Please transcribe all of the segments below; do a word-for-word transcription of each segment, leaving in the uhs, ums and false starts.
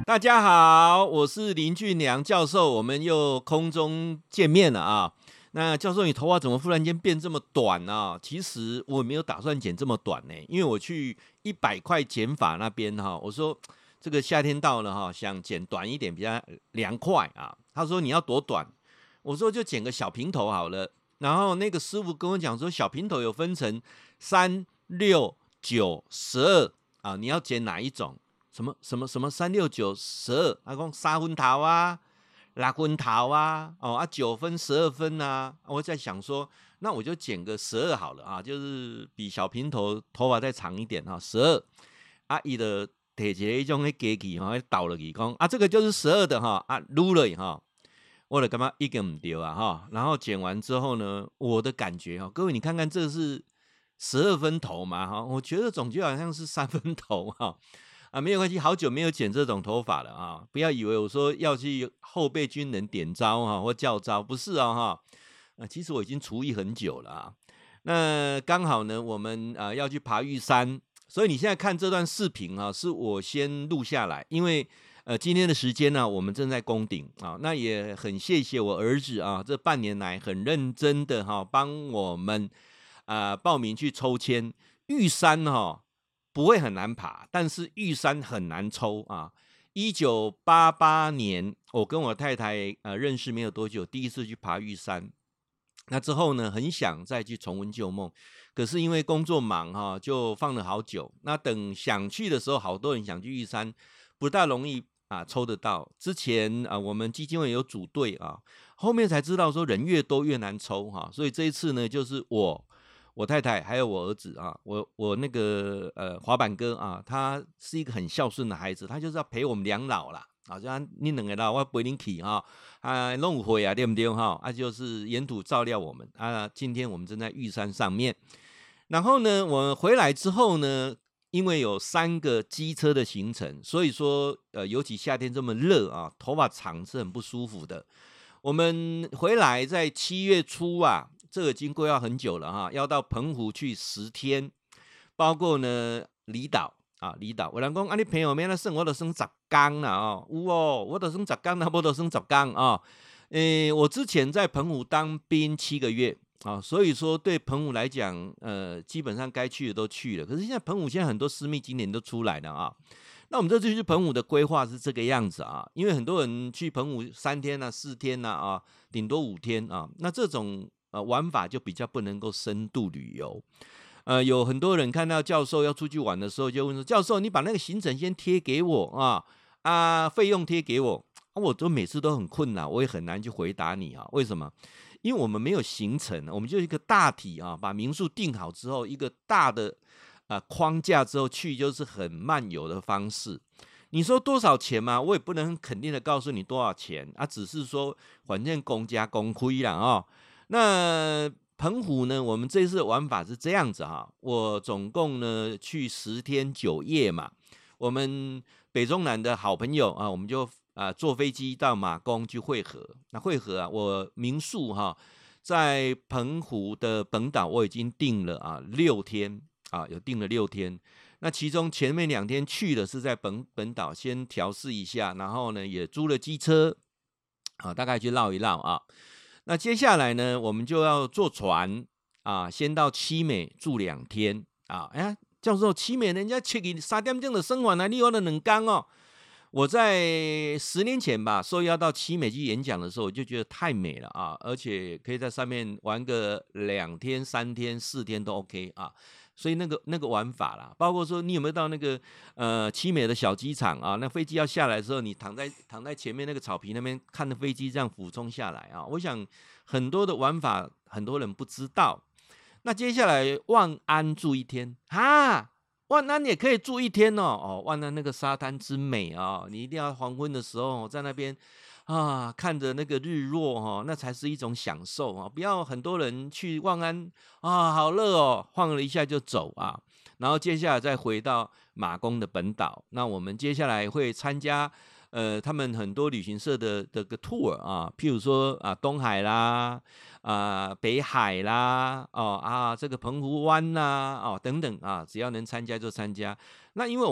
大家好，我是林俊良教授，我们又空中见面了啊。那教授，你头发怎么忽然间变这么短啊？其实我没有打算剪这么短呢，因为我去一百块剪发那边哈，我说这个夏天到了哈，想剪短一点比较凉快啊。他说你要多短？我说就剪个小平头好了。然后那个师傅跟我讲说，小平头有分成三、六、九、十二啊，你要剪哪一种？什么什么什么三六九十二？他讲三分头啊，六分头啊，哦啊九分、十二分啊。我在想说，那我就剪个十二好了啊，就是比小平头头发再长一点哈，十二啊，伊的摕一个一种迄机器哈，倒落去讲啊，这个就是十二的哈啊，撸了哈。我的干嘛一个唔丢啊哈，然后剪完之后呢，我的感觉哈，各位你看看这是十二分头嘛哈，我觉得总觉得好像是三分头哈啊，没有关系，好久没有剪这种头发了啊，不要以为我说要去后备军人点招哈或叫招，不是啊哈，啊其实我已经厨艺很久了啊，那刚好呢我们啊要去爬玉山，所以你现在看这段视频啊，是我先录下来，因为。呃，今天的时间呢、啊，我们正在攻顶啊，那也很谢谢我儿子啊，这半年来很认真的哈、啊，帮我们啊、呃、报名去抽签。玉山哈、啊、不会很难爬，但是玉山很难抽啊。一九八八年，我跟我太太呃认识没有多久，第一次去爬玉山。那之后呢，很想再去重温旧梦，可是因为工作忙哈、啊，就放了好久。那等想去的时候，好多人想去玉山，不大容易。啊，抽得到。之前啊，我们基金会有组队啊，后面才知道说人越多越难抽哈、啊，所以这一次呢，就是我、我太太还有我儿子啊，我我那个呃滑板哥啊，他是一个很孝顺的孩子，他就是要陪我们两老啦。好像你两个老我陪你去哈，啊弄有会啊对不对哈？啊就是沿途照料我们啊。今天我们正在玉山上面，然后呢，我回来之后呢。因为有三个机车的行程，所以说，呃，尤其夏天这么热啊，头发长是很不舒服的。我们回来在七月初啊，这个已经规划很久了哈，要到澎湖去十天，包括呢离岛啊，离岛。有人讲啊，你朋友免那算，我都算十天啦哦，有哦，我都算十天，那不都算十天啊？诶，我之前在澎湖当兵七个月。啊，所以说对澎湖来讲，呃，基本上该去的都去了。可是现在澎湖现在很多私密景点都出来了啊。那我们这次去澎湖的规划是这个样子啊，因为很多人去澎湖三天啊、四天啊，啊，顶多五天啊。那这种呃玩法就比较不能够深度旅游。呃，有很多人看到教授要出去玩的时候，就问说：“教授，你把那个行程先贴给我啊，啊，费用贴给我。”啊，我都每次都很困难，我也很难去回答你啊。为什么？因为我们没有行程，我们就一个大体啊，把民宿定好之后，一个大的啊、呃、框架之后去，就是很漫游的方式。你说多少钱嘛？我也不能很肯定的告诉你多少钱啊，只是说反正公家公亏啦哦。那澎湖呢，我们这次的玩法是这样子哈，我总共呢去十天九夜嘛，我们北中南的好朋友啊，我们就。啊，坐飞机到马公去汇合。那汇合啊，我民宿哈、啊，在澎湖的本岛我已经订了啊六天啊，有订了六天。那其中前面两天去的是在本本岛先调试一下，然后呢也租了机车啊，大概去绕一绕啊。那接下来呢，我们就要坐船啊，先到七美住两天啊。哎呀，教授，七美人家七点三点钟的生完了，你玩了两天哦。我在十年前吧，受邀到七美去演讲的时候，我就觉得太美了啊，而且可以在上面玩个两天、三天、四天都 OK 啊。所以那个那个玩法啦，包括说你有没有到那个呃七美的小机场啊？那飞机要下来的时候，你躺在躺在前面那个草皮那边看着飞机这样俯冲下来啊。我想很多的玩法很多人不知道。那接下来万安住一天哈。万安也可以住一天哦，哦，万安那个沙滩之美啊、哦，你一定要黄昏的时候在那边啊，看着那个日落哈、哦，那才是一种享受啊！不要很多人去万安啊，好热哦，晃了一下就走啊，然后接下来再回到马公的本岛。那我们接下来会参加呃他们很多旅行社的这个 tour 啊，譬如说啊东海啦。啊、北海啦，哦啊，这个澎湖湾呐、啊，哦等等啊，只要能参加就参加。那因为我们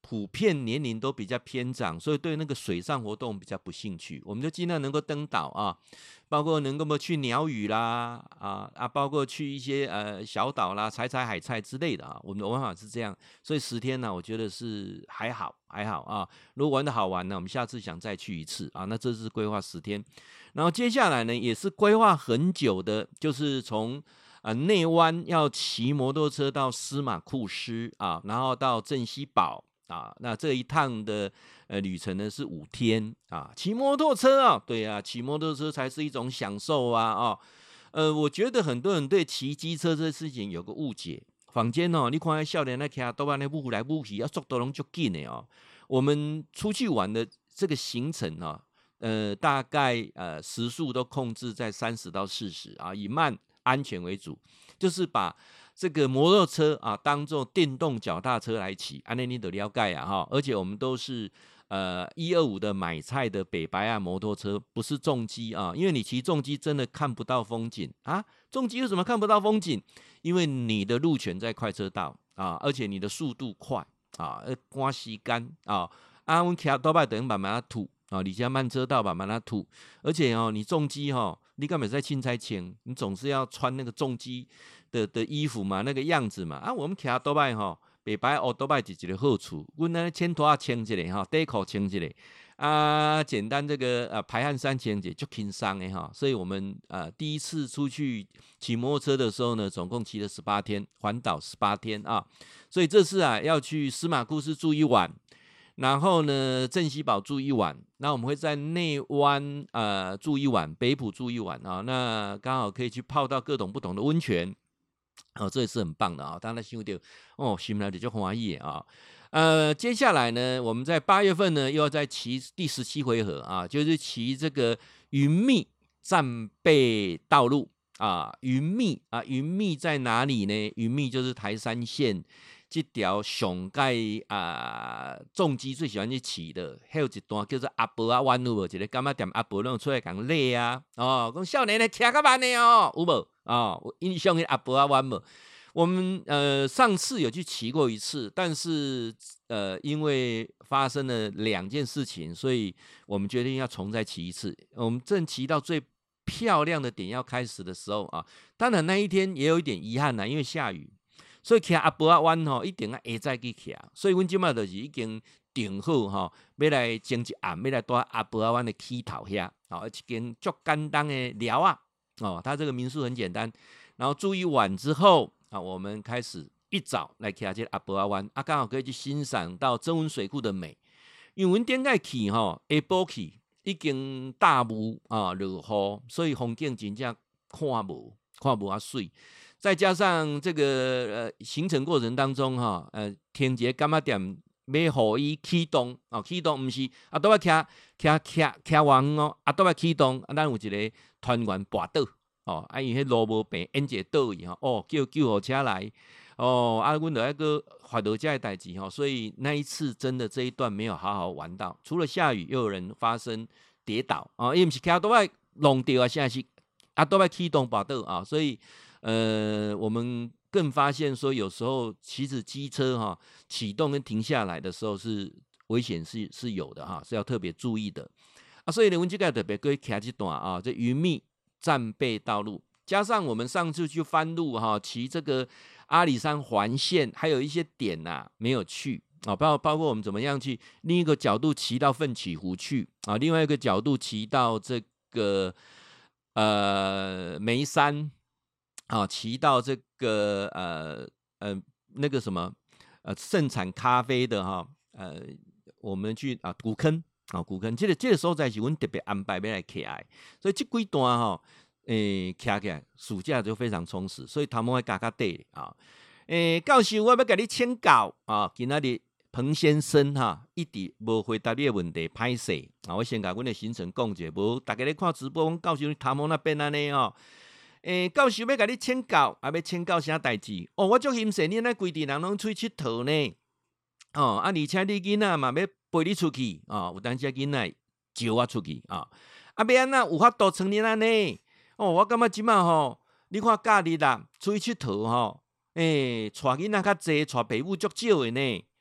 普遍年龄都比较偏长，所以对那个水上活动比较不兴趣。我们就尽量能够登岛啊，包括能够去鸟语啦，啊啊，包括去一些呃小岛啦，采采海菜之类的啊。我们的玩法是这样，所以十天呢，我觉得是还好还好啊。如果玩的好玩呢，我们下次想再去一次啊。那这是规划十天，然后接下来呢，也是规划很久的，就是从啊内湾要骑摩托车到司马库斯啊，然后到镇西堡。啊，那这一趟的呃旅程呢是五天啊，骑摩托车啊，对啊，骑摩托车才是一种享受啊哦，呃，我觉得很多人对骑机车这事情有个误解，坊间哦，你看少年那骑都把那步来步去，要速度拢足紧的哦。我们出去玩的这个行程啊，呃，大概呃时速都控制在三十到四十啊，以慢安全为主，就是把这个摩托车啊，当做电动脚踏车来骑，安内你都了解啊哈。而且我们都是呃一二五的买菜的北白岸摩托车，不是重机啊，因为你骑重机真的看不到风景啊。重机为什么看不到风景？因为你的路权在快车道啊，而且你的速度快啊，赶时间啊。啊，我们骑多半等于慢慢吐啊，你家慢车道慢慢吐，而且哦，你重机哈、哦，你根本在青菜前，你总是要穿那个重机。的的衣服嘛，那个样子嘛，啊，我们骑多摆吼，白摆哦，多摆是一个好处，阮呢牵拖啊穿一下哈，短裤穿一下，啊，简单这个呃排汗衫穿一下就轻松的哈，所以我们呃第一次出去骑摩托车的时候呢，总共骑了十八天，环岛十八天啊，所以这次啊要去司马库斯住一晚。然后呢，镇西堡住一晚，那我们会在内湾呃住一晚，北埔住一晚啊，那刚好可以去泡到各种不同的温泉。哦，这也是很棒的啊！当然想到哦，心里就欢喜啊。呃，接下来呢，我们在八月份呢，又要再骑第十七回合啊，就是骑这个云密战备道路啊。云密啊，云密在哪里呢？云密就是台山线这条上界啊，重机最喜欢去骑的，还有一段叫做阿婆啊弯有无？一个干嘛店阿婆拢出来讲累啊，哦，讲少年的骑较慢的哦，有无？啊、哦，印象的阿伯阿湾嘛，我们呃上次有去骑过一次，但是呃因为发生了两件事情，所以我们决定要重再骑一次。我们正骑到最漂亮的点要开始的时候啊，当然那一天也有一点遗憾啦，因为下雨，所以骑阿伯阿湾吼一定要下再去骑，所以阮即马就是已经定好吼，要来前一暗要来带阿伯阿湾的起头遐，哦，一间足简单的寮啊。哦，它这个民宿很简单，然后住一晚之后啊，我们开始一早来骑这阿伯阿湾啊，刚好可以去欣赏到曾文水库的美。因为阮顶个去吼，下晡去已经大雾啊，落雨，所以风景真正看无看无啊水。再加上这个呃行程过程当中哈，呃，天节干嘛点要互伊启动哦，启动毋是啊，都要骑骑骑骑完哦，啊，都要启动啊，咱有一个。团员跋倒哦，啊，因迄路无平，演一个倒去吼，哦，叫救护车来，哦，啊，阮就迄个发到这个代志吼，所以那一次真的这一段没有好好玩到，除了下雨，又有人发生跌倒啊，伊毋是骑倒来弄掉啊，现在是啊倒来启动跋倒啊，所以呃，我们更发现说，有时候骑着机车哈，启动跟停下来的时候是危险是是有的哈，是要特别注意的。啊，所以呢，我们这个特别可以骑这段啊，这云密战备道路，加上我们上次去翻路哈，骑这个阿里山环线，还有一些点呐、啊、没有去啊，包包括我们怎么样去另一个角度骑到奋起湖去啊，另外一个角度骑到这个呃眉山啊，骑到这个呃呃那个什么呃盛产咖啡的哈，呃我们去啊古坑。哦，古坑，这个这个所在是阮特别安排要来骑的，所以这几段吼，诶，骑起来暑假就非常充实，所以头毛会加加短啊。诶，教授，我要甲你请教啊，今仔日彭先生哈，一直无回答你的问题，歹势啊。我先甲阮的行程讲者，无大家咧看直播，讲教授你头毛那变安尼吼。诶，教授要甲你请教，啊，要请教啥代志？哦，我足欣赏你那规地人拢出去佚佗呢。哦，啊，而且你囡仔嘛要陪你出去啊、哦，有当时囡仔招我出去啊，啊，要安怎有法度成年安尼？哦，我感觉即马吼，你看假日啦，出去佚佗吼，诶、欸，带囡仔较济，带爸母足少的呢。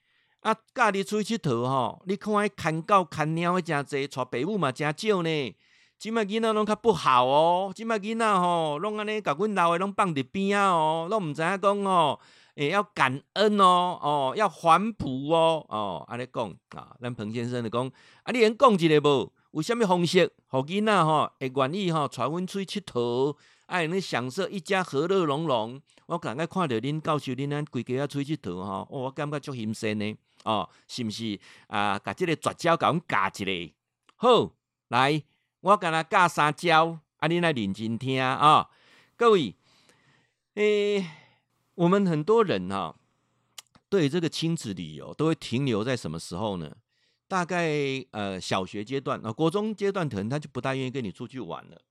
啊，假日出去佚佗吼，你看迄看狗看猫的真济，带爸母嘛真少呢。即摆囡仔拢较不好哦，即摆囡仔吼，拢安尼甲阮老的拢放伫边啊哦，拢毋知影讲哦，诶、欸、要感恩哦，哦要还朴哦，哦安尼讲啊，咱彭先生就讲，啊你能讲一个无？有啥物方式，互囡仔吼会愿意吼带阮出去佚佗，爱你享受一家和乐融融。我感觉看到恁教授恁安规家出去佚佗吼，哦，我感觉足新鲜呢。哦，是毋是啊？甲即个绝招甲阮教一个，好来。我甲他教三招，啊，你来认真听啊、哦！各位，诶、欸，我们很多人哈、哦，对这个亲子旅游都会停留在什么时候呢？大概呃小学阶段啊、呃，国中阶段可能他就不大愿意跟你出去玩了。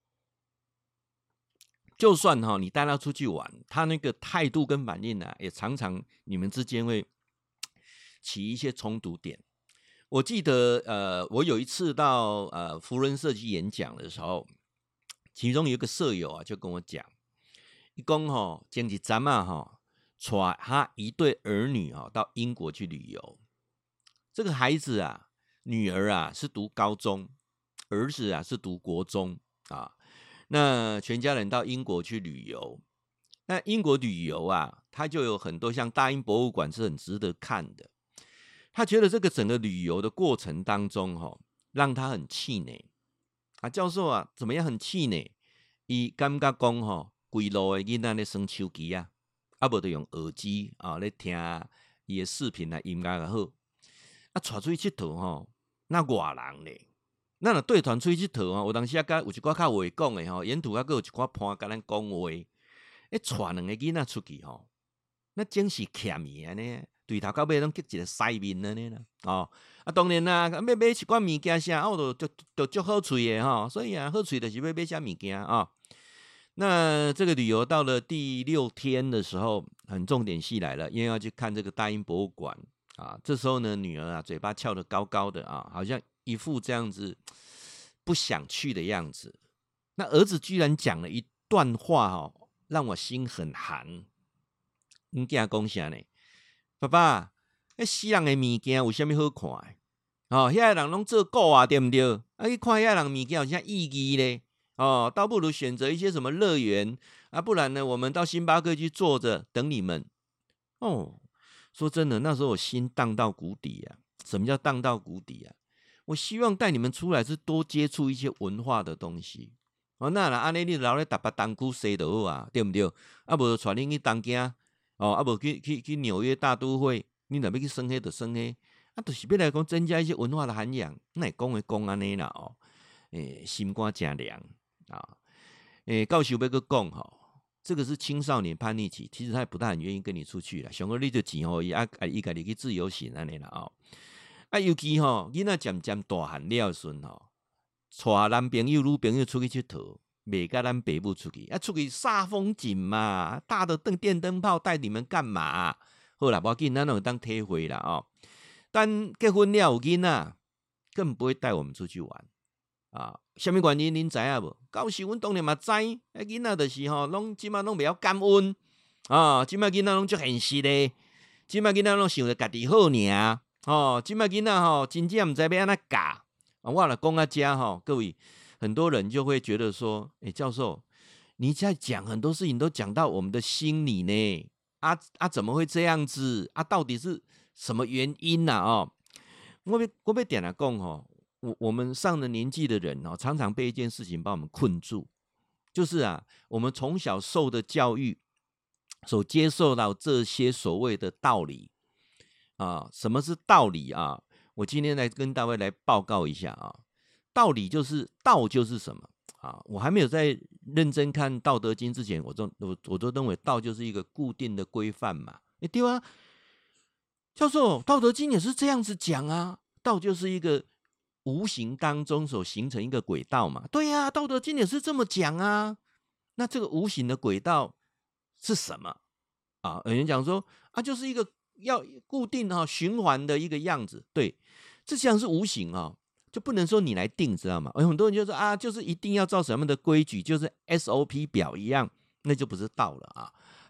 就算哈、哦、你带他出去玩，他那个态度跟反应啊，也常常你们之间会起一些冲突点。我记得，呃，我有一次到呃福伦社去演讲的时候，其中有一个舍友啊，就跟我讲，伊讲吼，前一阵啊哈，带他一对儿女啊到英国去旅游。这个孩子啊，女儿啊是读高中，儿子啊是读国中啊。那全家人到英国去旅游，那英国旅游啊，它就有很多像大英博物馆是很值得看的。他觉得这个整个旅游的过程当中，哈，让他很气馁啊。教授啊，怎么样很气馁？伊感觉讲吼，规路的囡仔咧耍手机啊，啊无就用耳机啊咧听伊的视频啊音乐就好。啊，带出去佚佗吼，那外人咧，咱若对团出去佚佗吼，有当时啊，有一寡较会讲的吼，沿途啊，佫有一寡伴甲咱讲话。诶，带两个囡仔出去吼，那真是欠伊安尼。对头到尾拢结一个西面安尼啦，哦，啊当然啦，要买一寡物件啥，啊，我就就足好喙的吼，所以啊，好喙就是要买啥物件啊。那这个旅游到了第六天的时候，很重点戏来了，因为要去看这个大英博物馆啊。这时候呢，女儿啊，嘴巴翘得高高的啊，好像一副这样子不想去的样子。那儿子居然讲了一段话哦，让我心很寒。你囝讲啥呢？爸爸，迄死人的物件有啥物好看的？哦，遐个人拢做古啊，对毋对？啊，去看遐人物件有啥意义咧？哦，倒不如选择一些什么乐园啊，不然呢，我们到星巴克去坐着等你们。哦，说真的，那时候我心荡到谷底啊！什么叫荡到谷底啊？我希望带你们出来是多接触一些文化的东西。哦，那啦，安尼你留咧台北东区西就好啊，对毋对？啊，无就带恁去东京。哦，啊无去去去纽约大都会，你若要去耍迄就耍迄，啊，就是要来讲增加一些文化的涵养。那讲会讲安尼啦哦，诶，心肝真凉啊！诶，教授要个讲吼，这个是青少年叛逆期，其实他也不大很愿意跟你出去啦。上个你就钱互伊啊，伊家己去自由行安尼啦哦。啊，尤其吼囡仔渐渐大汉了时阵吼，带男朋友、女朋友出去佚佗。袂甲咱爸母出去，啊，出去煞风景嘛，大的灯电灯泡带你们干嘛？好啦，无要紧，咱有当体会啦哦。但结婚了有囡仔，更不会带我们出去玩啊。什么原因？恁知影无？教授，阮当然嘛知，啊，囡仔就是吼，拢即马拢袂晓感恩啊，即马囡仔拢足现实的，即马囡仔拢想着家己好尔，哦，即马囡仔吼，真正毋知要安怎教啊。我来讲啊，遮吼，各位。很多人就会觉得说，哎，教授，你在讲很多事情都讲到我们的心里呢，啊啊，怎么会这样子？啊，到底是什么原因呢、啊？哦，我被我被点来讲哦，我我们上了年纪的人哦，常常被一件事情把我们困住，就是啊，我们从小受的教育，所接受到这些所谓的道理啊，什么是道理啊？我今天来跟大卫来报告一下啊。道理就是道就是什么啊？我还没有在认真看《道德经》之前，我都我我都认为道就是一个固定的规范嘛。哎，对啊，教授，《道德经》也是这样子讲啊。道就是一个无形当中所形成一个轨道嘛。对啊，《道德经》也是这么讲啊。那这个无形的轨道是什么啊？有人讲说啊，就是一个要固定哈、啊、循环的一个样子。对，这像是无形啊。就不能说你来定，知道吗？有很多人就说啊，就是一定要照什么样的规矩，就是 S O P 表一样，那就不是道了啊。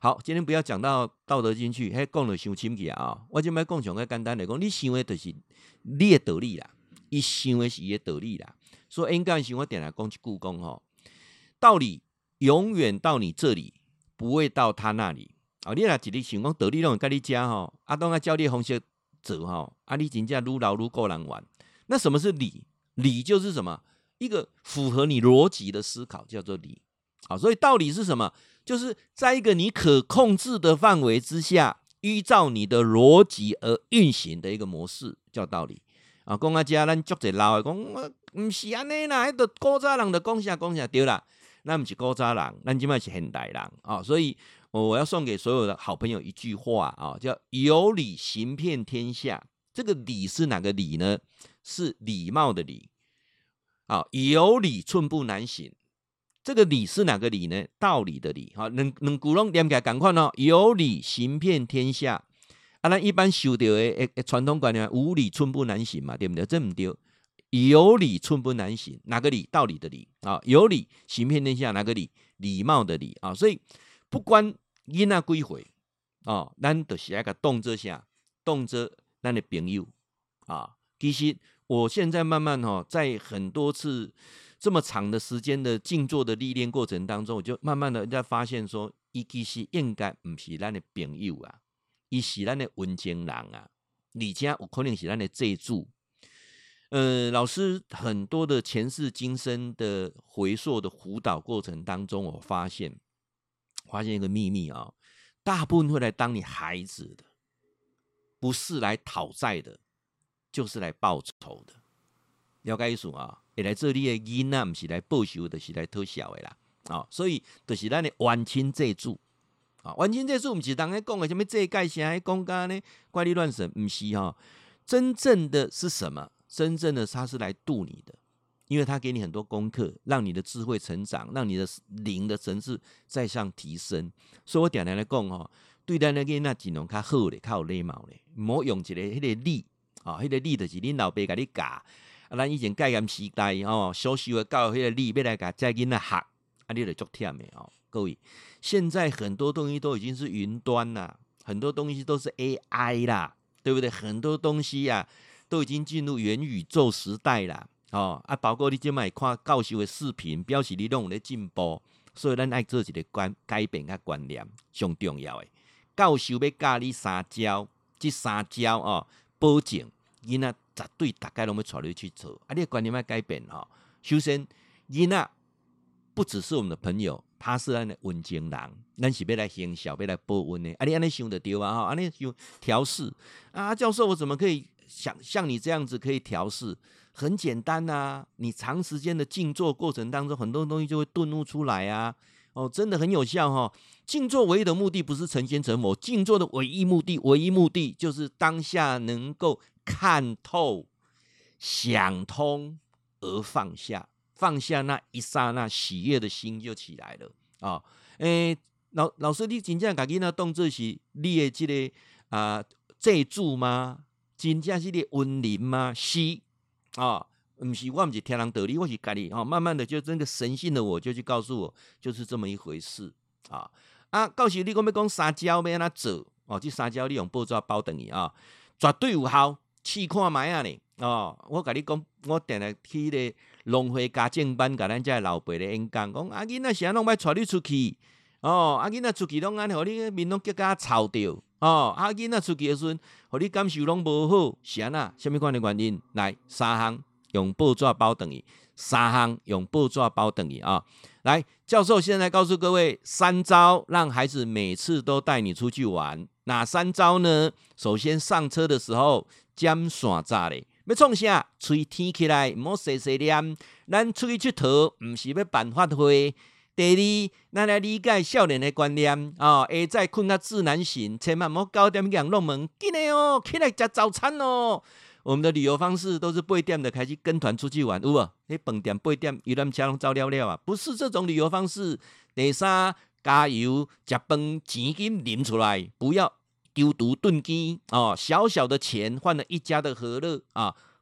好，今天不要讲到《道德经》去，迄讲了伤深去啊、哦！我今摆讲上个简单来讲，你想的就是你的道理啦，伊想的是伊的道理啦。所以应该是我点来讲一句讲吼，道理永远到你这里，不会到他那里。哦，你若一日想讲道理拢会甲你讲吼，啊，当啊照你的方式走吼，啊，你真正愈老愈够人玩。那什么是理？理就是什么？一个符合你逻辑的思考叫做理。好，所以道理是什么？就是在一个你可控制的范围之下，依照你的逻辑而运行的一个模式，叫道理。啊，讲啊，遮咱足侪老的讲，唔是安尼啦，迄个古早人就讲啥讲啥对啦。咱不是古早人，咱今麦是现代人啊、哦，所以我要送给所有的好朋友一句话啊、哦，叫有理行遍天下。这个理是哪个理呢？是礼貌的礼。啊、哦，有理寸步难行。这个理是哪个理呢？道理的理。好，两两句拢连起来同款哦。有理行遍天下。啊，咱一般受到的传统观念，无理寸步难行嘛，对不对？这唔对。有理寸步难行，哪个理？道理的理啊。有理行遍天下，哪个理？礼貌的礼啊。所以不管囡仔几岁啊，咱就是要个动作下，动作咱的朋友啊。其实我现在慢慢哈，在很多次这么长的时间的静坐的历练过程当中，我就慢慢的在发现说，伊其实应该不是咱的朋友啊，伊是咱的文情人啊，而且有可能是咱的借主。呃，老师很多的前世今生的回溯的辅导过程当中，我发现发现一个秘密啊、哦，大部分会来当你孩子的，不是来讨债的，就是来报仇的。了解意思啊？会来做你的囡仔，不是来报仇，就是来讨笑的啦。啊、哦，所以就是咱的冤亲债主啊，冤亲债主不是人在讲的什么这盖啥，讲噶呢怪力乱神，不是哈、哦。真正的是什么？真正的他是来度你的，因为他给你很多功课，让你的智慧成长，让你的灵的层次再上提升。所以我常常来讲吼，对咱的囡仔尽量较好咧，较有礼貌咧，唔好用一个迄个理啊，迄、那个理就是恁老爸甲你教，啊，咱以前戒严时代哦，小时候教迄个理，要来甲这囡仔学，啊，你就足忝的哦。各位，现在很多东西都已经是云端啦，很多东西都是 A I 啦，对不对？很多东西呀、啊。都已经进入元宇宙时代啦，哦啊，包括你今麦看教授的视频，表示你拢有咧进步，所以咱爱做一个改改变甲观念，上重要的。教授要教你三招，这三招哦，保证囡仔绝对大概拢要带你去做。啊，你的观念要改变哈、哦。首先，囡仔不只是我们的朋友，他是咱的文情人，咱是要来行孝，要来报恩的。啊，你安尼想就对啊，哈，安尼想调试啊，教授，我怎么可以？像像你这样子可以调试，很简单啊！你长时间的静坐过程当中，很多东西就会顿悟出来啊！哦，真的很有效哈、哦！静坐唯一的目的不是成仙成佛，静坐的唯一目的，唯一目的就是当下能够看透、想通而放下，放下那一刹那喜悦的心就起来了啊！誒、欸，老老師，你真正家己那動作是你的這個啊借助嗎？真正是你溫靈嗎？是啊，不是我不是聽人道理，我是家己啊，慢慢的就真的神性的我就去告訴我，就是這麼一回事啊啊！教授你講要講三招要安怎做哦？這三招你用報紙包等於啊，絕對有效，試看賣啊呢哦！我甲你講，我定來去個農會家政班，甲咱這老爸咧演講，講啊囡仔啥攏歹帶你出去哦，啊囡仔出去攏安尼，互你面攏結甲臭掉。哦，啊囡仔出去的時陣，互你感受攏無好，是安那？什麼款的原因？來三項用報紙包等於，三項用報紙包等於啊！來，教授現在告訴各位三招，讓孩子每次都帶你出去玩。哪三招呢？首先上車的時候，尖線閘咧，要創啥？喙舔起來，唔好細細念。咱出去佚佗，唔是要辦法會。第二，咱來理解少年的觀念啊，下早困較自然醒，千萬唔好九點讓弄門，緊的哦，起來食早餐哦。我們的旅遊方式都是八點就開始跟團出去玩，有無？迄飯店八點遊覽車攏走了了啊，不是這種旅遊方式。第三，加油食飯錢金領出來，不要丟毒燉雞哦，小小的錢換了一家的和樂啊。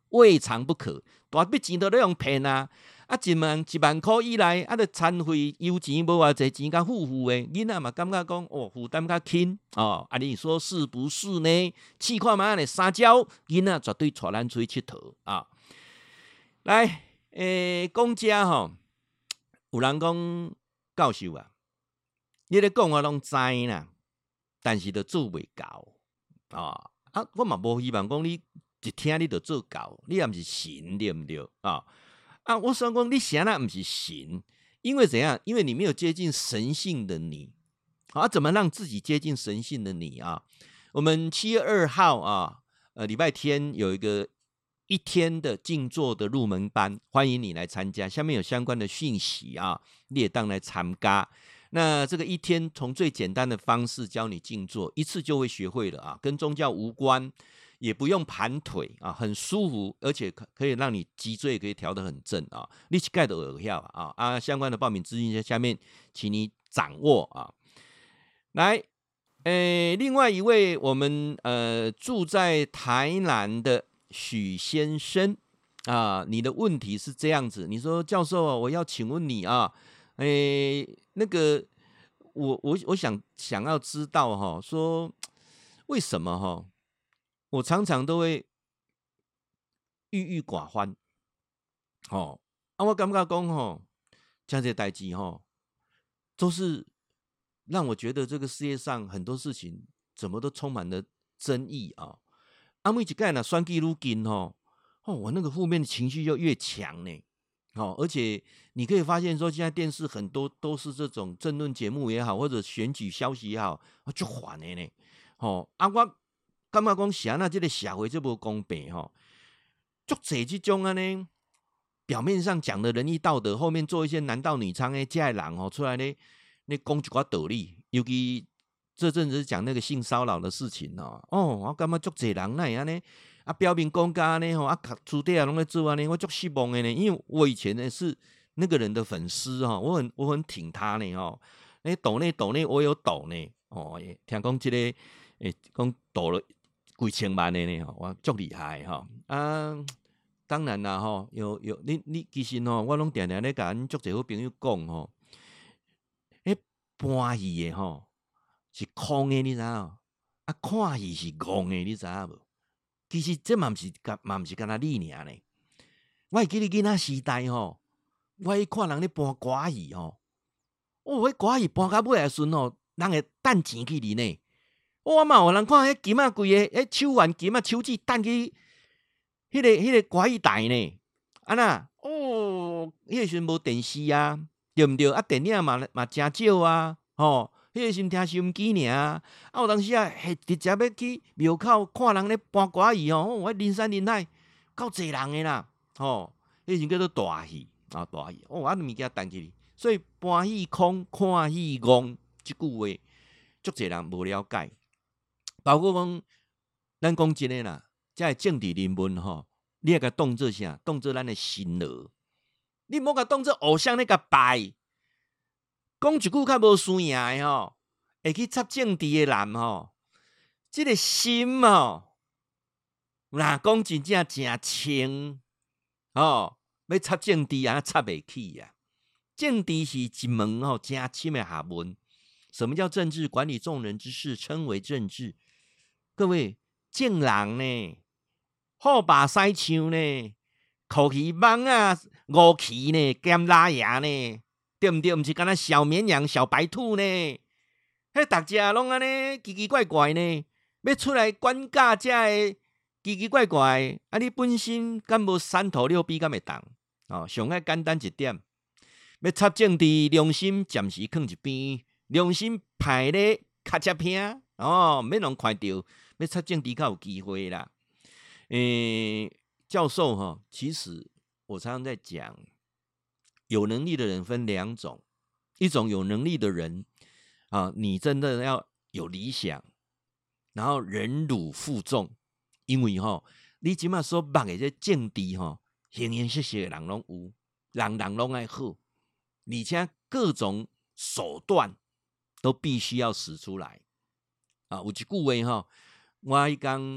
未尝不可。大笔钱都咧用骗啊！啊，一万一万块以内，啊，著餐费、油钱无偌济钱，甲付付的囡仔嘛，感觉讲哦，负担较轻哦。啊，你说是不是呢？试看嘛，咧三招，囡仔绝对带咱出去佚佗啊！来，诶、欸，讲遮吼，有人讲教授啊，你咧讲我拢知啦，但是著做袂到啊！啊，我嘛无希望讲你一听你著做到，你也毋是神，对毋对啊？啊，我想讲你显然不是神，因为怎样？因为你没有接近神性的你。好、啊，怎么让自己接近神性的你啊？我们七月二号啊，呃，礼拜天有一个一天的静坐的入门班，欢迎你来参加。下面有相关的讯息啊，你也当来参加。那这个一天从最简单的方式教你静坐，一次就会学会了啊，跟宗教无关。也不用盘腿啊，很舒服，而且可以让你脊椎也可以调得很正啊，你膝盖都有效啊啊！相关的报名资讯在下面，请你掌握啊。来，诶，另外一位我们呃住在台南的许先生啊，你的问题是这样子，你说教授啊，我要请问你啊，诶，那个我我我想想要知道哈，说为什么哈？我常常都会郁郁寡欢，哦，啊，我感觉讲吼，这些代志吼，都是让我觉得这个世界上很多事情怎么都充满了争议啊。啊，每一届呢选举愈近吼，哦，我那个负面的情绪就越强呢。哦，而且你可以发现说，现在电视很多都是这种政论节目也好，或者选举消息也好，就烦的呢。哦，啊，我感觉讲是安那这个社会这无公平吼，足侪这种安尼，表面上讲的仁义道德，后面做一些男盗女娼的这些人吼出来呢，那讲一寡道理，尤其这阵子讲那个性骚扰的事情哦，哦，我感觉足侪人那安尼啊，表面讲甲安尼吼，啊，私底下拢在做安尼，我足失望的呢，因为我以前呢是那个人的粉丝哈，我很我很挺他呢吼，那抖内抖内我有抖呢，哦，听讲这个诶，讲抖了。几千万的呢，我足厉害哈啊！当然啦，吼，有有你你其实吼，我拢定定咧甲阮足侪好朋友讲吼，迄搬戏的吼是空的，你知影？啊，看戏是戆的，你知影无？其实这嘛毋是，嘛毋是干那你尔呢。我会记得囡仔时代吼，我去看人咧搬歌戏吼，哦，迄歌戏搬到尾的时阵吼，人会趁钱去哩呢。我嘛有人看迄金仔贵诶，迄手环金仔手指弹去迄、那个迄、那个歌艺台呢，啊那哦，迄、那个时阵无电视啊，对毋对？啊电影嘛嘛真少啊，吼，迄、那个时阵听收音机尔啊，啊有当时啊，系直接要去庙口看人咧搬歌艺哦，我人山人海，够济人诶啦，吼，迄时阵叫做大戏啊，大戏，哦，啊物件弹起，所以搬戏空，看戏戆，即句话，足济人无了解。包括讲，咱讲真诶啦，这政治人物吼，你也甲当做啥？当做咱诶神罗，你莫甲当做偶像咧甲拜。讲一句较无输赢诶吼，会去插政治诶人吼，即、這个心吼，若讲真正真清吼，要插政治啊，插袂起啊。政治是一门吼真深诶学问。什么叫政治？管理众人之事，称为政治。各位，正人呢，好把西枪呢，口气棒啊，五旗呢，兼拉牙呢，对不对？不是干那小绵羊、小白兔呢？迄大家拢安尼奇奇怪怪呢，要出来管教这个奇奇怪怪，啊！你本身敢无三头六臂敢会当？哦，上海简单一点，要插政治，良心暂时放一边，良心歹咧，较接拼哦，免人看到。要插政治较有机会啦。诶、欸，教授哈，其实我常常在讲，有能力的人分两种，一种有能力的人啊，你真的要有理想，然后忍辱负重，因为哈，你即马所捌的这政治哈，形形色色的人拢有，人人拢爱好，而且各种手段都必须要使出来啊。有一句话哈。我迄天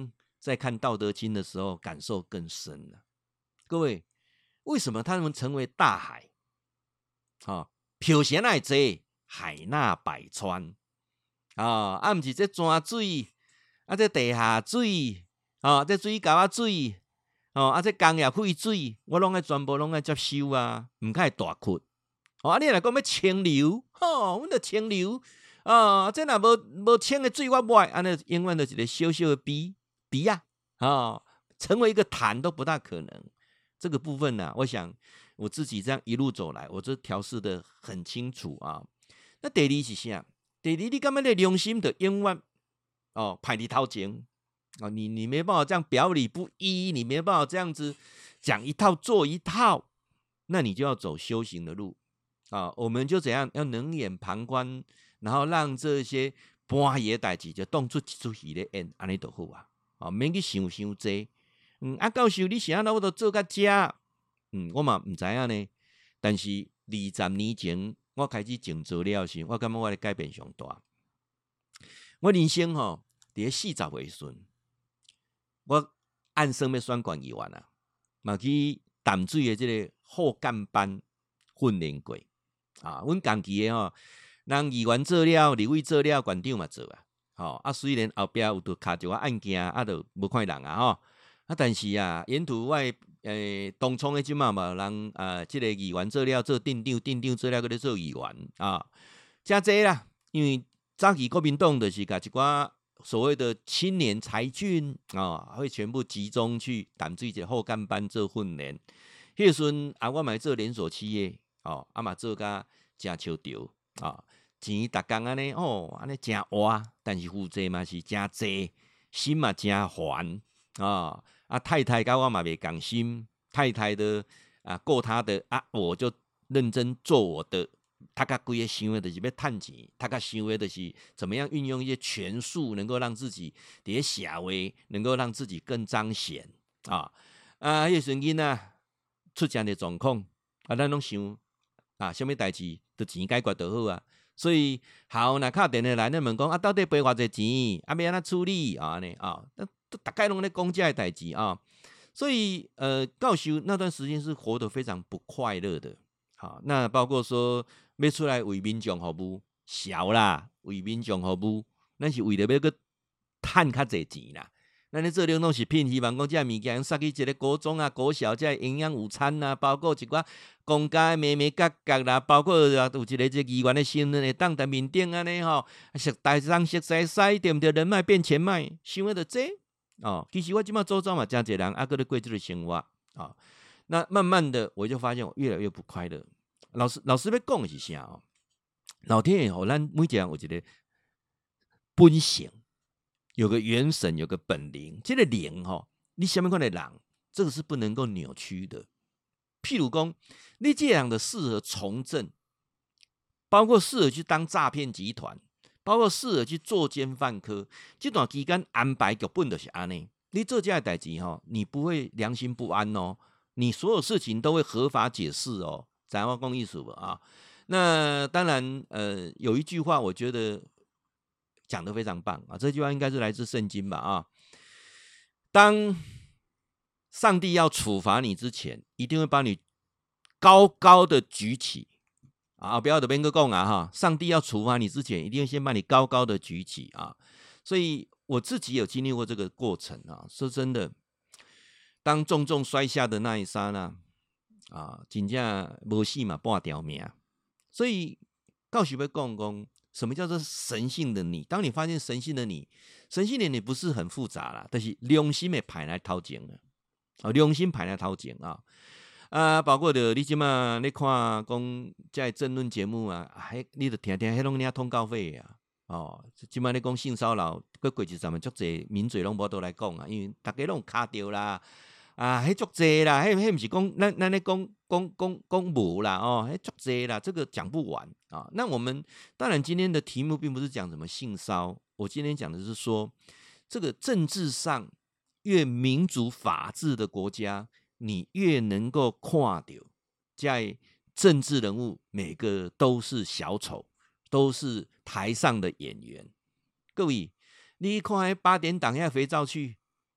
在看《道德经》的时候感受更深了。各位，为什么他们成为大海？啊，漂先来济，海纳百川啊，啊，不是这泉水，啊，这地下水，啊，这水沟啊水，哦，啊，这工业废水，我拢爱全部拢爱接收啊，唔该大窟。哦，啊，你来讲要清流，吼，阮着清流。啊，这若无无清的水，我不爱，安尼永远就是一个小小的鼻鼻啊，啊，成为一个潭都不大可能。这个部分呢、啊，我想我自己这样一路走来，我这调试的很清楚啊。那第二是啥？第二，你感觉你良心的永远哦排你头前哦，你你没办法这样表里不一，你没办法这样子讲一套做一套，那你就要走修行的路啊。我们就怎样要冷眼旁观。然后让这些半夜代志就当出一出戏咧演，安尼就好啊！啊，免去想伤济。嗯，啊，教授你是安怎我都做到这，嗯，我嘛唔知影呢。但是二十年前我开始静坐了时，我感觉我的改变上大。我人生吼，伫四十岁时，我按算要选县议员啊，嘛去淡水的这个副干班训练过啊。阮同期的吼。人议员做了，立委做了，县长嘛做啊，吼、哦、啊，虽然后壁有拄卡一个案件，啊，都无看人啊，吼、哦、啊，但是啊，沿途我诶、欸、东创诶即嘛嘛人啊，即、这个议员做了做镇长，镇长做了，搁咧做议员啊，真济啦。因为早期国民党就是甲一寡所谓的青年才俊啊，会全部集中去淡水一个后干班做训练。迄时阵啊，我嘛做连锁企业，哦，啊嘛做甲真超潮啊。钱逐工安尼哦，安尼真活，但是负债嘛是真济，心嘛真烦啊！啊，太太甲我嘛袂共心，太太的啊过他的啊，我就认真做我的。他甲规个想的就是要趁钱，他甲想的就是怎么样运用一些权术，能够让自己伫社会能够让自己更彰显啊啊！迄时阵啊出这样的状况啊，咱拢想啊，什么代志就钱解决就好啊。所以好，那敲电话来，你问讲啊，到底赔偌济钱？啊，要安怎处理啊？呢啊，大概拢咧讲这个代志啊。所以呃，教授那段时间是活得非常不快乐的。好，那包括说要出来为民众服务，小啦，为民众服务，咱是为了要去赚较济钱啦。咱咧做拢是聘，希望讲这物件送去一个国中啊、国小，这营养午餐啊，包括一寡公家的咩咩角角啦，包括有一个这议员的新人会当在面顶安尼吼，熟台上熟西西，对不对？人脉变钱脉，想的就这哦。其实我即马周遭嘛，真侪人啊，搁咧过这个生活啊、哦。那慢慢的，我就发现我越来越不快乐。老师，老师要讲的是啥哦？老天爷吼，咱每一个人有一个本性。有个元神，有个本灵，这个灵吼，你什么款的人，这个是不能够扭曲的。譬如讲，你这样的适合从政，包括适合去当诈骗集团，包括适合去作奸犯科，这段期间安排剧本就是安尼。你做这样的代志吼，你不会良心不安哦，你所有事情都会合法解释哦。知影我讲意思无啊？那当然，呃，有一句话，我觉得。讲得非常棒啊！这句话应该是来自圣经吧？啊，当上帝要处罚你之前，一定会把你高高的举起啊！不要在边个讲啊哈！上帝要处罚你之前，一定会先把你高高的举起啊！所以我自己有经历过这个过程啊。说真的，当重重摔下的那一刹那啊，真正无死嘛半条命。所以教授要讲讲。什么叫做神性的你？当你发现神性的你，神性的你不是很复杂啦，但是良心会排来头前啊，哦，良心排来头前啊，啊，包括着你即马你看讲在政论节目啊，迄你着听听，迄拢领通告费啊，哦，即马你讲性骚扰，过过去咱们足侪名嘴拢无倒来讲啊，因为大家拢卡掉啦。啊，迄足济啦，迄迄不是讲咱咱咧讲讲讲讲无啦哦，迄足济啦，这个讲不完啊。那我们当然今天的题目并不是讲什么性骚，我今天讲的是说，这个政治上越民主法治的国家，你越能够看到，在政治人物每个都是小丑，都是台上的演员。各位，你看迄八点档遐肥皂剧。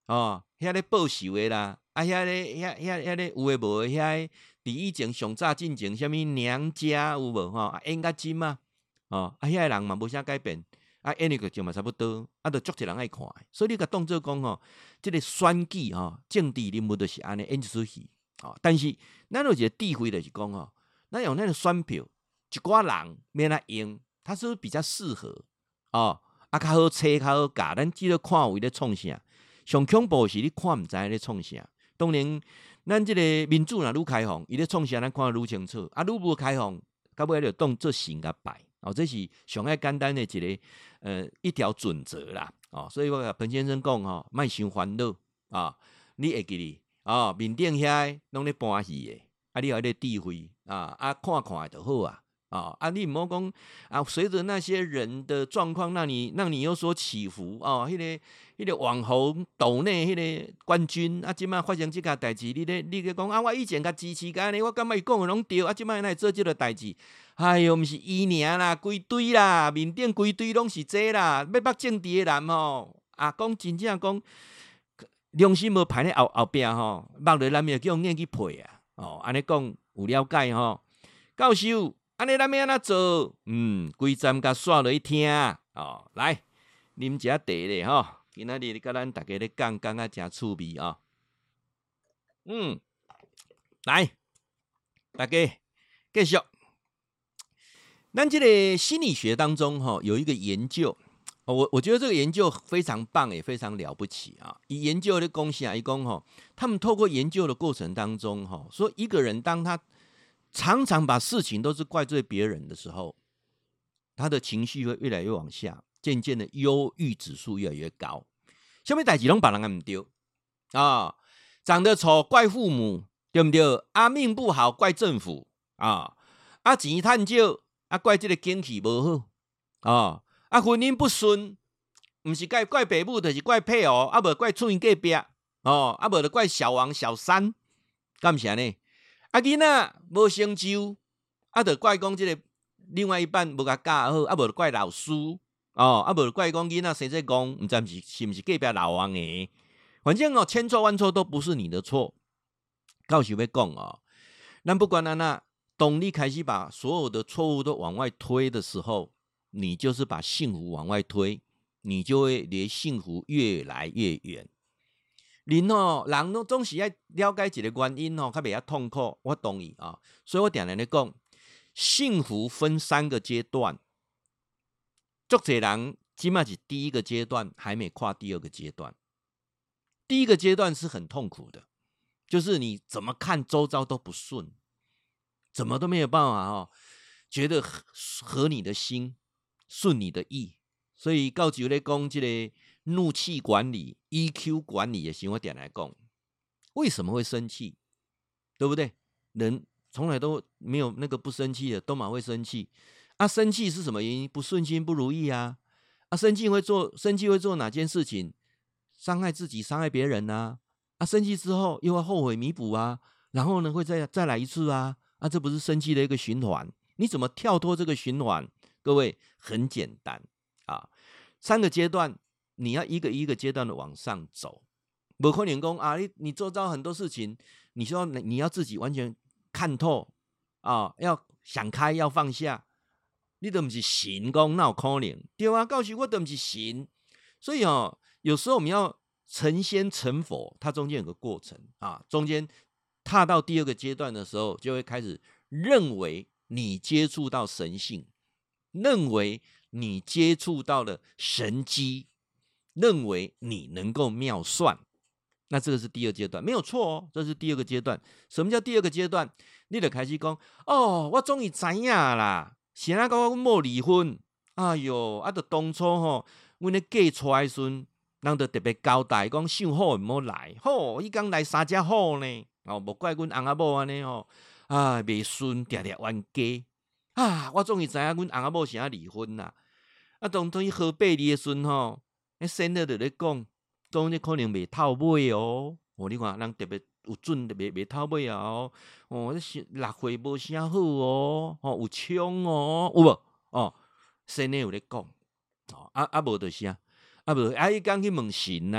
哦，遐咧报仇的啦，啊遐咧遐遐遐咧有诶无诶，遐伫以前上早进前，什物娘家有无吼？啊演甲真啊，哦啊遐人嘛无啥改变，啊演诶个就嘛差不多，啊著足侪人爱看的，所以你甲当做讲吼，即、這个选举吼，政治人物就是安尼演一出戏，哦，但是咱有一个智慧就是讲吼，咱用咱个选票，一寡人免来用，他是不是比较适合哦？啊较好找较好教，咱只了看有伊咧创啥。上恐怖是你看毋知影咧创啥，当然，咱即个民主若愈开放，伊咧创啥咱看得愈清楚，啊，愈无开放，到尾就当做神甲拜，哦，这是上爱简单的一个呃一条准则啦，哦，所以我甲彭先生讲吼，莫伤烦恼啊，你会记哩，哦，面顶遐拢咧搬戏的，啊，你有迄个智慧啊，啊，看看就好啊。啊、哦、啊！你唔好讲啊，随着那些人的状况，让你让你有所起伏哦。迄、那个、迄个网红斗内迄个冠军啊，即摆发生即件代志，你咧你咧讲啊，我以前甲支持甲尼，我感觉伊讲的拢对啊，即摆来做即个代志，哎哟，毋是伊尔啦，规堆啦，面顶规堆拢是这啦，要捌政治的人吼啊，讲真正讲良心无排咧后后壁吼，捌落咱咪叫硬去配啊，哦，安尼讲有了解吼，教授。安尼咱要安怎做？嗯，规站甲刷落去听哦。来，啉一下茶咧吼。今仔日甲咱大家咧讲讲啊，真趣味啊、哦。嗯，来，大家继续。咱这个心理学当中哈、哦，有一个研究，哦、我我觉得这个研究非常棒，也非常了不起啊。以研究的贡献，一共哈，他们透过研究的过程当中哈，说一个人当他常常把事情都是怪罪别人的时候，他的情绪会越来越往下，渐渐的忧郁指数越来越高。什么代志拢别人唔对啊？长得丑怪父母，对不对？啊，命不好怪政府啊，啊钱赚少啊怪这个经济不好啊，啊婚姻不顺，唔是怪怪爸母，就是怪配偶，啊无怪厝因隔壁哦，啊无就怪小王小三，干啥呢？啊，囡仔无成就，啊，就怪讲即个另外一半无甲教好，啊，无就怪老师，哦，啊，无就怪讲囡仔生这讲，毋知是是毋是隔壁老王诶，反正哦，千错万错都不是你的错。教授要讲哦，咱不管安那，当你开始把所有的错误都往外推的时候，你就是把幸福往外推，你就会离幸福越来越远。人哦，人都总是要了解一个原因哦，较袂遐痛苦。我同意啊，所以我常常咧讲，幸福分三个阶段。足侪人即马是第一个阶段，还没跨第二个阶段。第一个阶段是很痛苦的，就是你怎么看周遭都不顺，怎么都没有办法哦，觉得合你的心，顺你的意。所以教授咧讲这个怒气管理 E Q 管理的行为点来讲，为什么会生气？对不对？人从来都没有那个不生气的，都蛮会生气。啊，生气是什么原因？不顺心、不如意啊！啊，生气会做，生气会做哪件事情？伤害自己、伤害别人啊！啊，生气之后又要后悔弥补啊，然后呢会再再来一次啊！啊，这不是生气的一个循环？你怎么跳脱这个循环？各位，很简单啊，三个阶段。你要一个一个阶段的往上走，不可能说啊，你你做到很多事情，你说你要自己完全看透啊，要想开，要放下，你都不是神讲，哪有可能？对啊，告诉我都不是神，所以哦，有时候我们要成仙成佛，它中间有个过程啊，中间踏到第二个阶段的时候，就会开始认为你接触到神性，认为你接触到了神机。认为你能够妙算，那这个是第二阶段，没有错哦，这是第二个阶段。什么叫第二个阶段？你就开始讲，哦，我终于知影啦，是哪个我冇离婚？哎呦，啊，就当初吼，阮咧嫁出来时，人就特别交代，讲想好唔好来，好，伊讲来三只好呢，哦，无怪阮翁仔某安尼吼，啊，袂顺，常常冤家啊，我终于知影阮翁仔某是安离婚啦，啊，当初伊好八字的时吼。那先生就咧讲，讲你可能袂透尾哦。哦，你看人特别有准，袂袂透尾啊哦。哦，你六岁无啥好哦，哦有冲哦，有无？哦，先生有咧讲，哦啊啊无就是啊，啊无啊伊讲去问神呐、啊，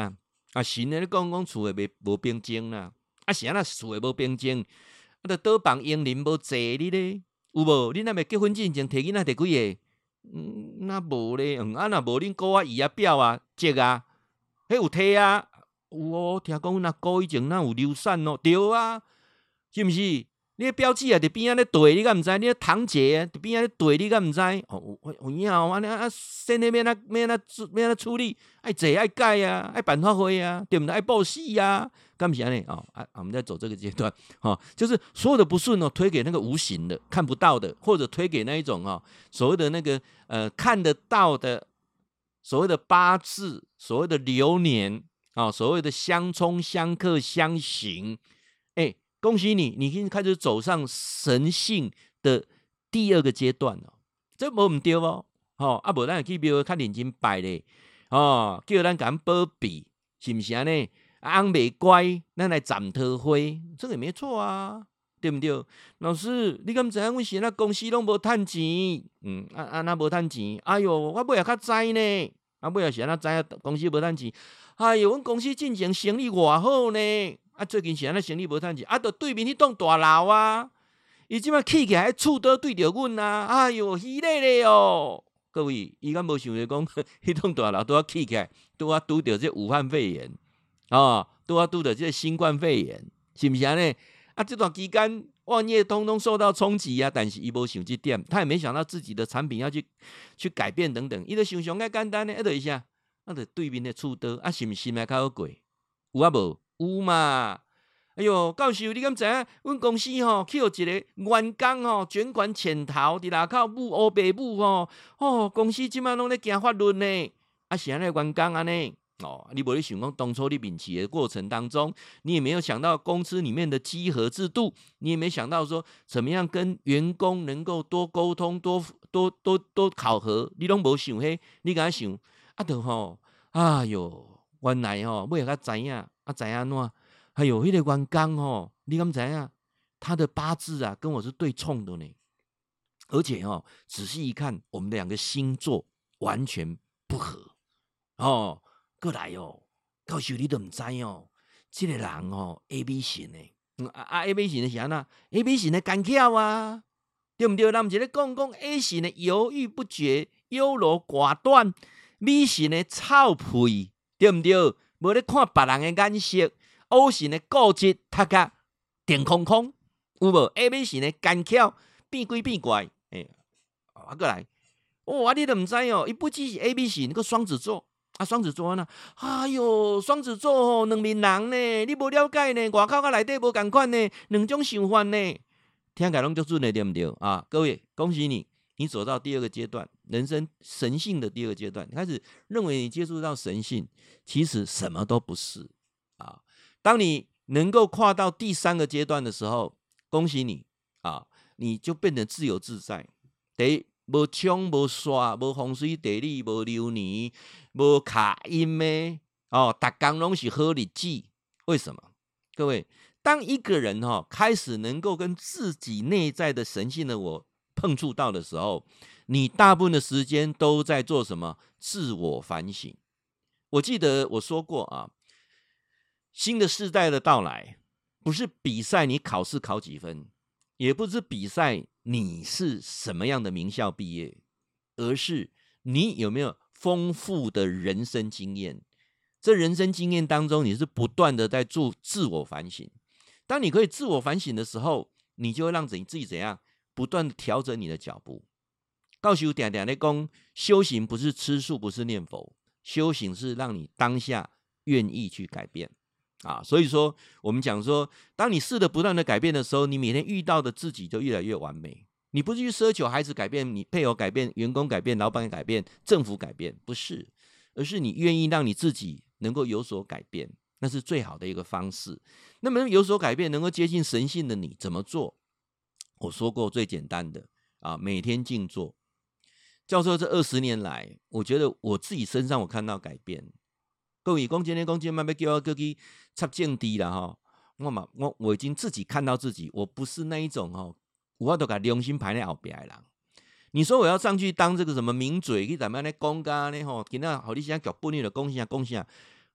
啊，神咧讲讲厝诶无无冰晶啦，啊是安那厝诶无冰晶，啊，着倒房英林无坐你咧，有无？恁若未结婚之前摕囡仔摕几个？嗯，那无咧，嗯，啊，若无恁姑啊、姨啊、表啊、叔啊，迄有摕啊？有哦，听讲那姑以前那有流产哦，对啊，是毋是？你的表姐啊，伫边仔咧对，你敢毋知？你的堂姐啊，伫边仔咧对，你敢毋知？哦，有有影哦，安尼啊，生咧免啊免啊免啊处理，爱坐爱改啊，爱办法会啊，对毋对？爱报喜啊，敢毋是安尼？哦，啊，我们在走这个阶段，哦，就是所有的不顺哦，推给那个无形的、看不到的，或者推给那一种哦，所谓的那个呃看得到的，所谓的八字，所谓的流年啊、哦，所谓的相冲、相克、相刑，哎。恭喜你，你已经开始走上神性的第二个阶段了，这无唔对哦。哦，啊，无咱去庙较认真拜咧，哦，叫咱敢保庇，是不是安尼？翁袂乖，咱来斩桃花，这个也没错啊，对不对？老师，你敢知影阮现在公司拢无趁钱？嗯，啊啊，那无趁钱，哎哟，我尾也较知呢，啊尾也是安那知影公司无趁钱，哎哟，阮公司进前生意偌好呢。啊，最近是安尼生意无趁钱，啊，着对面迄栋大楼啊，伊即摆起起来，厝刀对着阮啊，哎哟，喜咧咧哦！各位，伊敢无想着讲，迄栋大楼拄啊起起来，拄啊拄着这武汉肺炎，哦，拄啊拄着这新冠肺炎，是毋是安尼？啊，这段期间，万业通通受到冲击啊，但是伊无想这点，他也没想到自己的产品要去去改变等等，伊就想上较简单的，啊，就一下，啊，就对面的厝刀，啊，是毋是心内较好过？有啊无？有嘛？哎呦，教授，你敢知影？阮公司吼、喔，去有一个员工吼、喔，卷款潜逃，伫内口母乌爸母吼，哦，公司即摆拢咧行法律呢。啊，是安尼员工安尼哦，你无咧想讲当初你面试的过程当中，你也没有想到公司里面的稽核制度，你也没想到说怎么样跟员工能够多沟通、多多多多考核，你拢无想迄，你敢想？啊，就吼，哎呦。原来吼、哦，尾下较知影，啊知影安怎？还有迄、那个员工吼，你敢知影？他的八字啊，跟我是对冲的呢。而且哦，仔细一看，我们两个星座完全不合哦。过来哦，教授你都唔知哦，这个人哦 ，A B 型的，嗯、啊啊 A B 型的是安那 ？A B 型的干巧啊，对不对？咱们一个讲讲 A 型的犹豫不决、优柔寡断 ，B 型的臭屁。对毋对？无咧看别人的眼色 ，O 型的固执、读甲电空空，有无 ？A B 型的干巧、变鬼变怪，诶、欸，啊过来，哦，啊你都毋知哦，伊不只是 A B 型，个双子座，啊双子座呢？哎哟，双子座吼、哦，两面人呢，你无了解呢，外口甲内底无共款呢，两种想法呢，听起来拢足准的，对毋对？啊，各位，恭喜你！你走到第二个阶段，人生神性的第二个阶段，你开始认为你接触到神性，其实什么都不是啊。当你能够跨到第三个阶段的时候，恭喜你啊，你就变得自由自在。第一，无冲无刷，无风水地理，无流年，无卡音的哦，逐工拢是好日子。为什么？各位，当一个人哈、哦、开始能够跟自己内在的神性的我碰触到的时候，你大部分的时间都在做什么？自我反省。我记得我说过啊，新的世代的到来，不是比赛你考试考几分，也不是比赛你是什么样的名校毕业，而是你有没有丰富的人生经验。这人生经验当中，你是不断的在做自我反省。当你可以自我反省的时候，你就会让你自己怎样？不断的调整你的脚步。教授常常在说，修行不是吃素，不是念佛，修行是让你当下愿意去改变啊。所以说，我们讲说，当你试着不断的改变的时候，你每天遇到的自己就越来越完美。你不是去奢求孩子改变，你配偶改变，员工改变，老板改变，政府改变，不是，而是你愿意让你自己能够有所改变，那是最好的一个方式。那么有所改变，能够接近神性的你，怎么做？我说过最简单的啊，每天静坐。教授这二十年来，我觉得我自己身上我看到改变。各位讲真的讲真，慢慢叫我去插正地啦哈。我嘛，我我已经自己看到自己，我不是那一种哈，我都把良心排在后边的人。你说我要上去当这个什么名嘴，去怎么样来讲噶呢？吼，今仔好你现在脚本你就讲啥讲啥，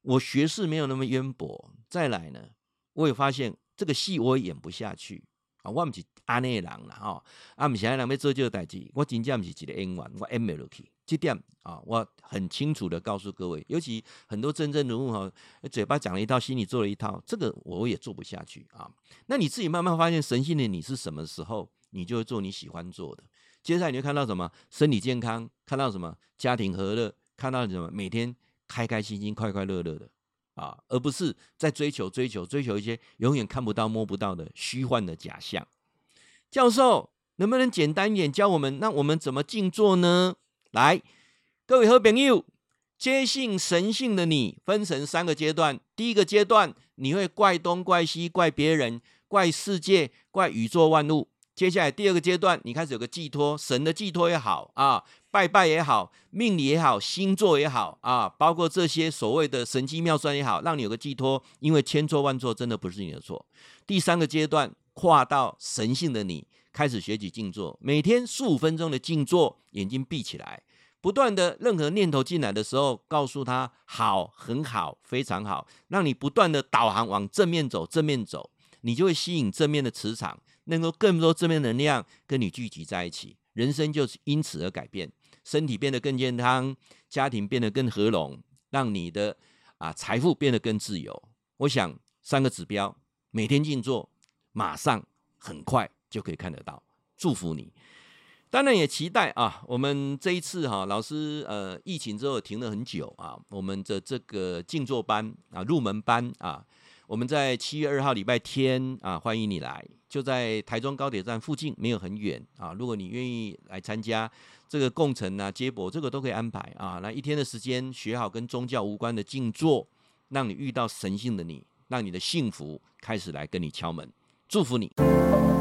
我学识没有那么渊博，再来呢，我也发现这个戏我也演不下去啊，我不是安内人啦哈，啊不是安人要做这个代志，我真正不是一个演员，我演不下去。这点啊，我很清楚的告诉各位，尤其很多真正人物哈，嘴巴讲了一套，心里做了一套，这个我也做不下去啊。那你自己慢慢发现神性的你是什么时候，你就会做你喜欢做的。接下来你会看到什么？身体健康，看到什么？家庭和乐，看到什么？每天开开心心、快快乐乐的啊，而不是在追求、追求、追求一些永远看不到、摸不到的虚幻的假象。教授，能不能简单一点教我们？那我们怎么静坐呢？来，各位好朋友，接近神性的你分成三个阶段。第一个阶段，你会怪东怪西，怪别人，怪世界，怪宇宙万物。接下来第二个阶段，你开始有个寄托，神的寄托也好啊，拜拜也好，命理也好，星座也好啊，包括这些所谓的神机妙算也好，让你有个寄托，因为千错万错真的不是你的错。第三个阶段，跨到神性的你，开始学习静坐，每天十五分钟的静坐，眼睛闭起来，不断的任何念头进来的时候，告诉他好，很好，非常好，让你不断的导航往正面走，正面走，你就会吸引正面的磁场，能够更多正面能量跟你聚集在一起，人生就因此而改变，身体变得更健康，家庭变得更和融，让你的啊财富变得更自由。我想三个指标，每天静坐，马上很快就可以看得到。祝福你。当然也期待啊，我们这一次哈、啊，老师呃疫情之后停了很久啊，我们的这个静坐班啊入门班啊，我们在七月二号礼拜天啊，欢迎你来，就在台中高铁站附近，没有很远啊。如果你愿意来参加这个共乘啊、接驳，这个都可以安排啊。那一天的时间学好跟宗教无关的静坐，让你遇到神性的你，让你的幸福开始来跟你敲门。祝福你。